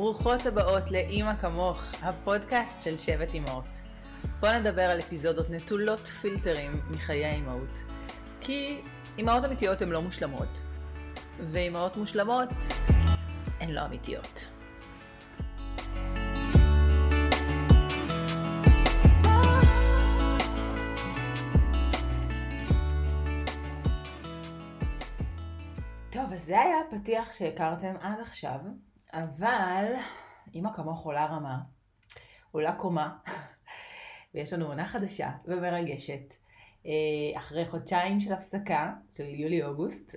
ברוכות הבאות לאמא כמוך, הפודקאסט של שבט אמהות. פה נדבר על אפיזודות נטולות פילטרים מחיי האימהות. כי אמהות אמיתיות הן לא מושלמות, ואמהות מושלמות הן לא אמיתיות. טוב, אז זה היה הפתיח שהכרתם עד עכשיו, אבל אמא כמוך עולה רמה, עולה קומה, ויש לנו עונה חדשה ומרגשת, אחרי חודשיים של הפסקה, של יולי-אוגוסט,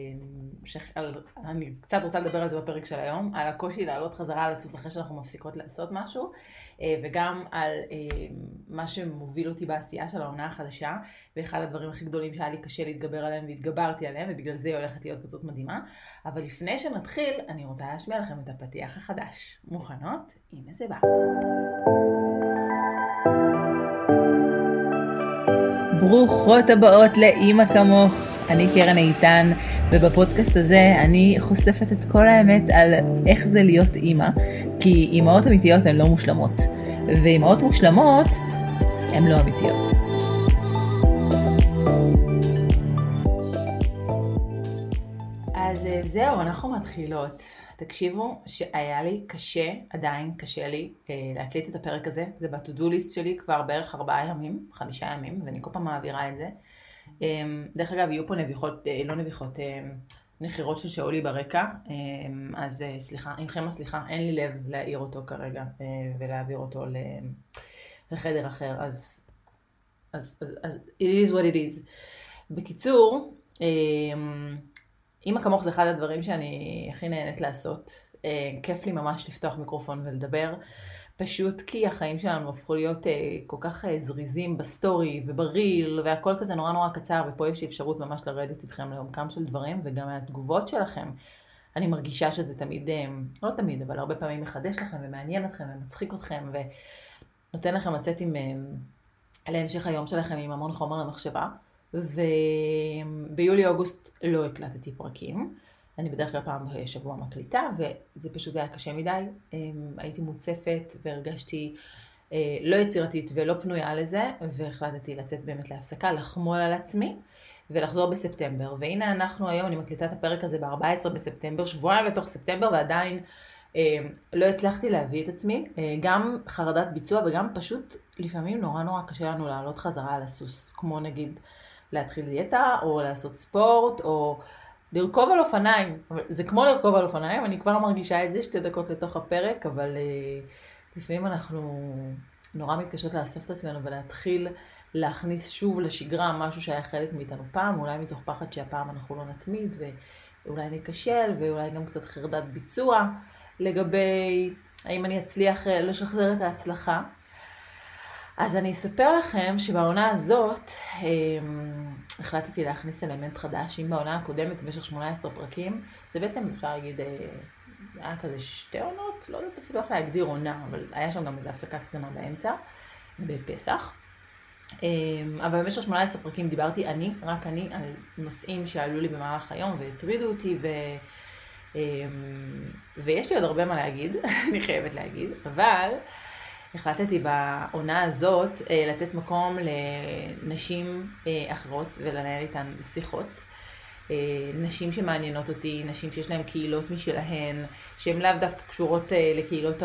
אני קצת רוצה לדבר על זה בפרק של היום, על הקושי לעלות חזרה על הסוס אחרי שאנחנו מפסיקות לעשות משהו, וגם על מה שמוביל אותי בעשייה של העונה החדשה, ואחד הדברים הכי גדולים שהיה לי קשה להתגבר עליהם והתגברתי עליהם, ובגלל זה היא הולכת להיות כזאת מדהימה. אבל לפני שנתחיל, אני רוצה להשמיע לכם את הפתיח החדש. מוכנות? הנה זה בא. ברוכות הבאות לאמא כמוך, אני קרן איתן, ובפודקאסט הזה אני חושפת את כל האמת על איך זה להיות אמא, כי אמהות אמיתיות הן לא מושלמות, ואמהות מושלמות הן לא אמיתיות. אז זהו, אנחנו מתחילות. תקשיבו שהיה לי קשה, עדיין קשה לי להקליט את הפרק הזה. זה ב-to-do list שלי כבר בערך 5 ימים, ואני כל פעם מעבירה את זה. דרך אגב, יהיו פה נחירות של שאולי ברקע, אז סליחה, עמכם הסליחה, אין לי לב להעיר אותו כרגע ולהעביר אותו לחדר אחר, אז it is what it is. בקיצור, אמא כמוך זה אחד הדברים שאני הכי נהנית לעשות. כיף לי ממש לפתוח מיקרופון ולדבר, פשוט כי החיים שלנו הפכו להיות כל כך זריזים בסטורי ובריל, והכל כזה נורא נורא קצר, ופה יש אפשרות ממש לרדת איתכם לעומקם של דברים, וגם מהתגובות שלכם. אני מרגישה שזה תמיד, לא תמיד, אבל הרבה פעמים מחדש לכם ומעניין אתכם ומצחיק אתכם, ונותן לכם לצאת להמשך היום שלכם עם המון חומר למחשבה. וביולי-אוגוסט לא הקלטתי פרקים. אני בדרך כלל פעם בשבוע מקליטה, וזה פשוט היה קשה מדי. הייתי מוצפת והרגשתי לא יצירתית ולא פנויה לזה, והחלטתי לצאת באמת להפסקה, לחמול על עצמי, ולחזור בספטמבר. והנה אנחנו היום, אני מקליטה את הפרק הזה ב-14 בספטמבר, שבועיים לתוך ספטמבר, ועדיין לא הצלחתי להביא את עצמי. גם חרדת ביצוע וגם פשוט לפעמים נורא נורא קשה לנו לעלות חזרה על הסוס, כמו נגיד להתחיל דיאטה, או לעשות ספורט, או לרכוב על אופניים. זה כמו לרכוב על אופניים, אני כבר מרגישה את זה 2 דקות לתוך הפרק, אבל לפעמים אנחנו נורא מתקשות לאסוף את עצמנו, ולהתחיל להכניס שוב לשגרה משהו שהיה חלק מאיתנו פעם, אולי מתוך פחד שהפעם אנחנו לא נתמיד, ואולי נקשל, ואולי גם קצת חרדת ביצוע, לגבי האם אני אצליח לשחזר את ההצלחה. אז אני אספר לכם שבעונה הזאת החלטתי להכניס אלמנט חדש. אם בעונה הקודמת במשך 18 פרקים, זה בעצם אפשר להגיד, היה כזה 2 עונות, לא יודעת אפילו איך להגדיר עונה, אבל היה שם גם איזו הפסקה קטנה באמצע, בפסח. אבל במשך 18 פרקים דיברתי רק אני, על נושאים שעלו לי במהלך היום והטרידו אותי, ויש לי עוד הרבה מה להגיד, אני חייבת להגיד, אבל החלטתי בעונה הזאת לתת מקום לנשים אחרות ולנהל איתן שיחות. נשים שמעניינות אותי, נשים שיש להן קהילות משלהן, שהן לאו דווקא קשורות לקהילות,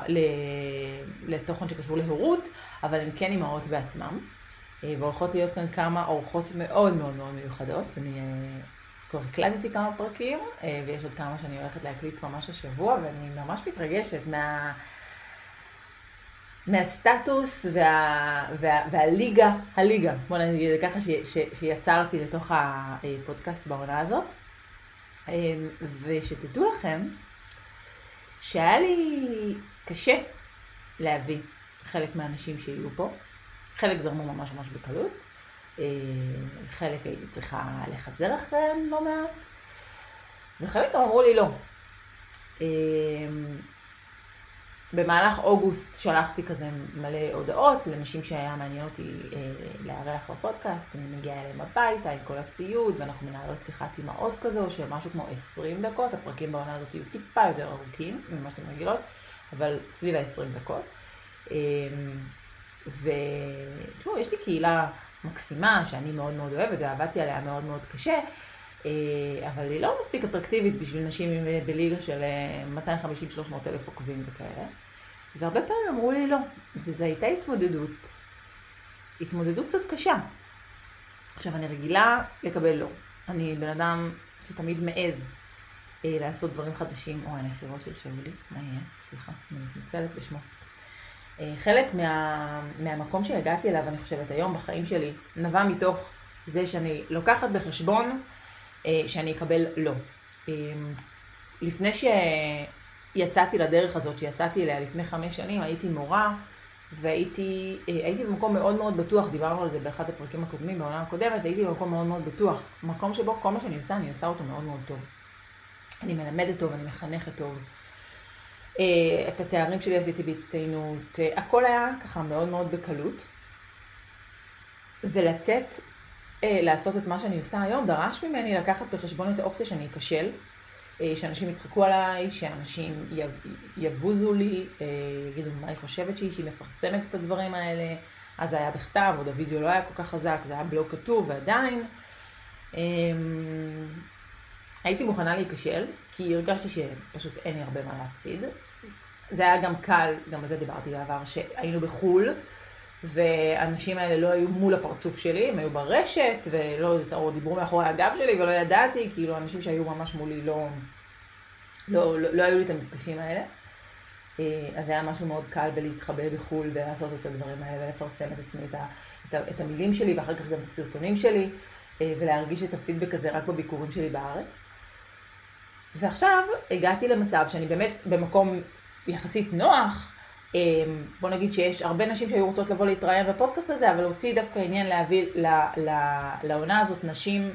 לתוכן שקשור להורות, אבל הן כן אימהות בעצמם. והולכות להיות כאן כמה אורחות מאוד מאוד מאוד מיוחדות. אני כבר הקלטתי כמה פרקים, ויש עוד כמה שאני הולכת להקליט ממש השבוע, ואני ממש מתרגשת מהסטטוס והליגה, בוא נגיד ככה שיצרתי לתוך הפודקאסט בעונה הזאת. ושתדעו לכם שהיה לי קשה להביא חלק מהאנשים שיהיו פה. חלק זרמו ממש ממש בקלות, חלק הייתי צריכה לחזר אחריהם לא מעט, וחלק גם אמרו לי לא. במהלך אוגוסט שלחתי כזה מלא הודעות לנשים שהיה מעניין אותי לארח בפודקאסט. אני מגיעה אליהם הביתה עם כל הציוד, ואנחנו מנהלות שיחת אימהות כזו של משהו כמו 20 דקות. הפרקים בעונה הזאת יהיו טיפה יותר ארוכים ממה שאתם רגילות, אבל סביב ה-20 דקות. ותראו, יש לי קהילה מקסימה שאני מאוד מאוד אוהבת, ועבדתי עליה מאוד מאוד קשה, אבל היא לא מספיק אטרקטיבית בשביל נשים בליגה של 250-300 אלף עוקבים וכאלה. והרבה פעמים אמרו לי לא, וזו הייתה התמודדות קצת קשה. עכשיו, אני רגילה לקבל לא. אני בן אדם שתמיד מעז לעשות דברים חדשים. הנחירות של שאולי, מה יהיה? סליחה, אני מתנצלת בשמו. חלק מהמקום שהגעתי אליו, אני חושבת, היום בחיים שלי, נבע מתוך זה שאני לוקחת בחשבון שאני אקבל לא. לפני שיצאתי לדרך הזאת, שיצאתי אליה לפני 5 שנים, הייתי מורה, והייתי במקום מאוד מאוד בטוח, דיברנו על זה באחד הפרקים הקודמים, בעונה הקודמת, הייתי במקום מאוד מאוד בטוח. מקום שבו כל מה שאני עושה, אני עושה אותו מאוד מאוד טוב. אני מלמדת טוב, אני מחנכת טוב. את התארים שלי עשיתי בהצטיינות, הכל היה ככה מאוד מאוד בקלות. ולצאת, לעשות את מה שאני עושה היום, דרש ממני לקחת בחשבון את האופציה שאני אכשל, שאנשים יצחקו עליי, שאנשים יבוזו לי, יגידו מה אני חושבת שהיא מפרסמת את הדברים האלה. אז זה היה בכתב, עוד הוידאו לא היה כל כך חזק, זה היה בלוג כתוב, ועדיין הייתי מוכנה להיכשל, כי הרגשתי שפשוט אין לי הרבה מה להפסיד. זה היה גם קל, גם על זה דיברתי בעבר, שהיינו בחול, והאנשים האלה לא היו מול הפרצוף שלי, הם היו ברשת, או דיברו מאחורי הגב שלי, ולא ידעתי, כאילו האנשים שהיו ממש מולי לא היו לי את המפגשים האלה. אז זה היה משהו מאוד קל בלהתחבא בחול, ולעשות את הדברים האלה, ולפרסם את עצמי, את המילים שלי, ואחר כך גם את הסרטונים שלי, ולהרגיש את הפידבק הזה רק בביקורים שלי בארץ. ועכשיו הגעתי למצב שאני באמת במקום יחסית נוח. בוא נגיד שיש הרבה נשים שהיו רוצות לבוא להתראיין בפודקאסט הזה, אבל אותי דווקא עניין להביא לעונה הזאת נשים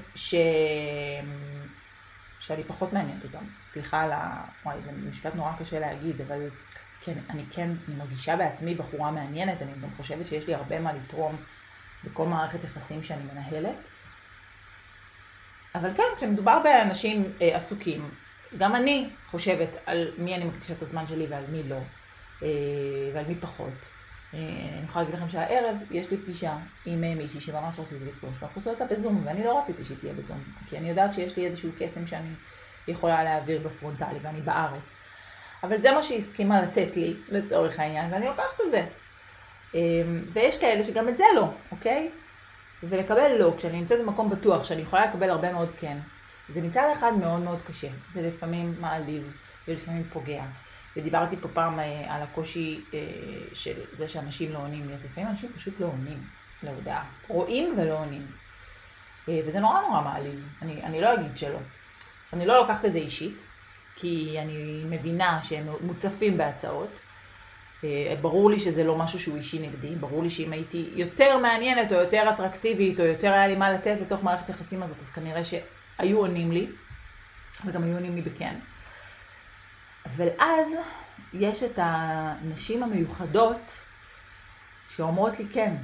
שאני פחות מעניינת אותם. סליחה על וואי, זה משפט נורא קשה להגיד, אבל כן, אני מרגישה בעצמי בחורה מעניינת, אני גם חושבת שיש לי הרבה מה לתרום בכל מערכת יחסים שאני מנהלת. אבל כן, כשמדובר באנשים עסוקים, גם אני חושבת על מי אני מקדישה את הזמן שלי ועל מי לא, ועל מי פחות. אני יכולה להגיד לכם שהערב יש לי פגישה עם מישהי שממש רציתי לפגוש, ואנחנו עושים אותה בזום, ואני לא רציתי שהיא תהיה בזום, כי אני יודעת שיש לי איזשהו קסם שאני יכולה להעביר בפרונטלי, ואני בארץ. אבל זה מה שהיא הסכימה לתת לי, לצורך העניין, ואני לוקחת את זה. ויש כאלה שגם את זה לא, אוקיי? ולקבל לא, כשאני נמצאת במקום בטוח, שאני יכולה לקבל הרבה מאוד כן, זה מצד אחד מאוד מאוד קשה. זה לפעמים מעליב, ולפעמים פוגע. ודיברתי פה פעם על הקושי של זה שאנשים לא עונים לי, אז לפעמים אנשים פשוט לא עונים להודעה. רואים ולא עונים. וזה נורא נורא מעליב. אני לא אגיד שלא. אני לא לוקחת את זה אישית, כי אני מבינה שהם מוצפים בהצעות. ברור לי שזה לא משהו שהוא אישי נגדי. ברור לי שאם הייתי יותר מעניינת או יותר אטרקטיבית או יותר היה לי מה לתת לתוך מערכת יחסים הזאת, אז כנראה שהיו עונים לי, וגם היו עונים לי בכן. אבל אז יש את הנשים המיוחדות שאומרות לי כן.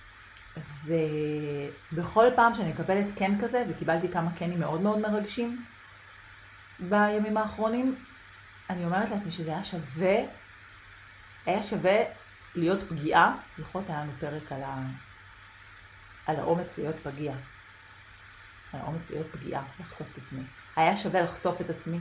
ובכל פעם שאני מקבלת כן כזה, וקיבלתי כמה כנים מאוד מאוד מרגשים בימים האחרונים, אני אומרת לעצמי שזה היה שווה להיות פגיעה. זוכרות, היה לנו פרק על האומץ להיות פגיע. על האומץ להיות פגיעה, לחשוף את עצמי. היה שווה לחשוף את עצמי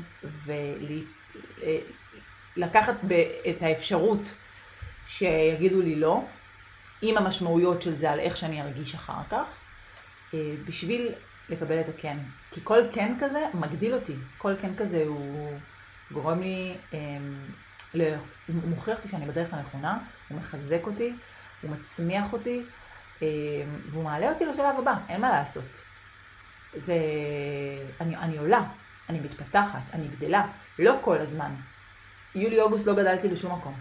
ולקחת את האפשרות שיגידו לי לא, עם המשמעויות של זה על איך שאני ארגיש אחר כך, בשביל לקבל את הכן. כי כל כן כזה מגדיל אותי. כל כן כזה הוא גורם לי, הוא מוכיח לי שאני בדרך הנכונה, הוא מחזק אותי, הוא מצמיח אותי, והוא מעלה אותי לשלב הבא. אין מה לעשות. אני עולה, אני מתפתחת, אני גדלה, לא כל הזמן. יולי-אוגוסט לא גדלתי לשום מקום.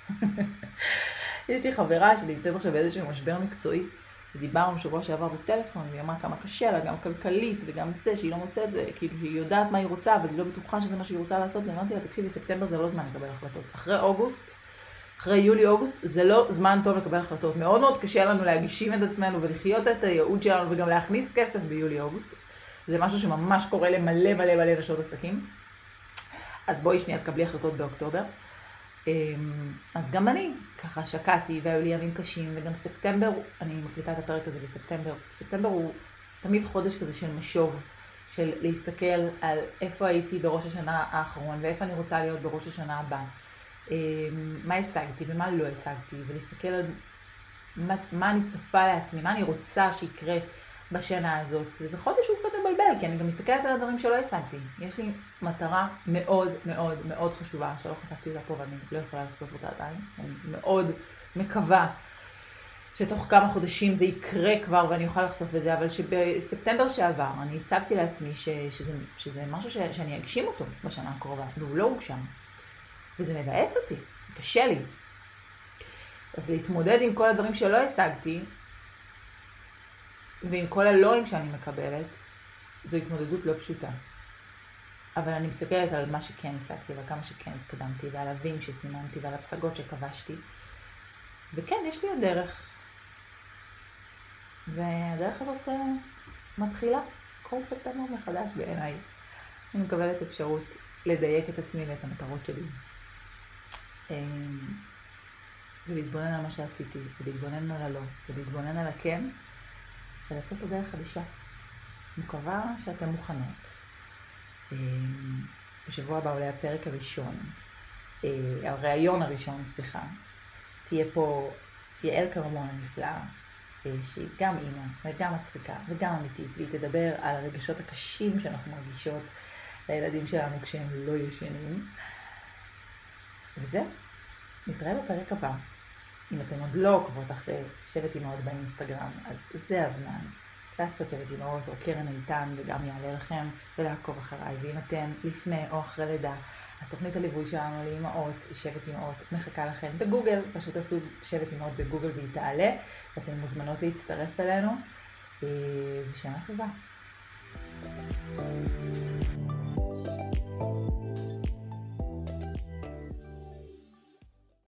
יש לי חברה שנמצאת עכשיו באיזשהו משבר מקצועי, ודיברנו שבוע שעבר בטלפון, והיא אמרה כמה קשה לה, גם כלכלית וגם זה, שהיא לא מוצאת, כאילו שהיא יודעת מה היא רוצה, אבל היא לא בטוחה שזה מה שהיא רוצה לעשות, ואמרתי לה, תקשיבי, ספטמבר זה לא זמן לקבל החלטות. אחרי אוגוסט, אחרי יולי-אוגוסט זה לא זמן טוב לקבל החלטות. מאוד מאוד קשה לנו להגשים את עצמנו ולחיות את הייעוד שלנו וגם להכניס כסף ביולי-אוגוסט. זה משהו שממש קורה למלא מלא מלא נשות עסקים. אז בואי שנייה תקבלי החלטות באוקטובר. אז גם אני ככה שקעתי והיו לי ימים קשים, וגם ספטמבר, אני מקליטה את הפרק הזה בספטמבר. ספטמבר הוא תמיד חודש כזה של משוב, של להסתכל על איפה הייתי בראש השנה האחרון ואיפה אני רוצה להיות בראש השנה הבאה. מה השגתי ומה לא השגתי, ולהסתכל על מה אני צופה לעצמי, מה אני רוצה שיקרה בשנה הזאת. וזה חודש שהוא קצת מבלבל, כי אני גם מסתכלת על הדברים שלא השגתי. יש לי מטרה מאוד מאוד מאוד חשובה, שלא חשפתי אותה פה ואני לא יכולה לחשוף אותה עדיין. אני מאוד מקווה שתוך כמה חודשים זה יקרה כבר ואני אוכל לחשוף את זה, אבל שבספטמבר שעבר אני הצבתי לעצמי שזה משהו שאני אגשים אותו בשנה הקרובה, והוא לא הוגשם. וזה מבאס אותי, קשה לי. אז להתמודד עם כל הדברים שלא השגתי, ועם כל הלואים שאני מקבלת, זו התמודדות לא פשוטה. אבל אני מסתכלת על מה שכן השגתי, ועל כמה שכן התקדמתי, ועל הווים שסימנתי, ועל הפסגות שכבשתי. וכן, יש לי עוד דרך. והדרך הזאת מתחילה כל ספטמבר מחדש בעיניי. אני מקבלת אפשרות לדייק את עצמי ואת המטרות שלי. ולהתבונן על מה שעשיתי, ולהתבונן על הלא, ולהתבונן על הכן, ולצאת לדרך חדשה. אני מקווה שאתם מוכנות. בשבוע הבא עולה הפרק הראשון, הרעיון הראשון, סליחה. תהיה פה יעל קרמון הנפלאה, שהיא גם אימא וגם מצחיקה וגם אמיתית, והיא תדבר על הרגשות הקשים שאנחנו מרגישות לילדים שלנו כשהם לא ישנים. וזהו, נתראה בפרק הבא. אם אתם עוד לא עוקבות אחרי שבט אמהות באינסטגרם, אז זה הזמן לעשות שבט אמהות או קרן איתן, וגם יעלה לכם ולעקוב אחריי. ואם אתם לפני או אחרי לידה, אז תוכנית הליווי שלנו לאמהות, שבט אמהות, מחכה לכם בגוגל. פשוט תעשו שבט אמהות בגוגל והיא תעלה, ואתן מוזמנות להצטרף אלינו. ושנה טובה.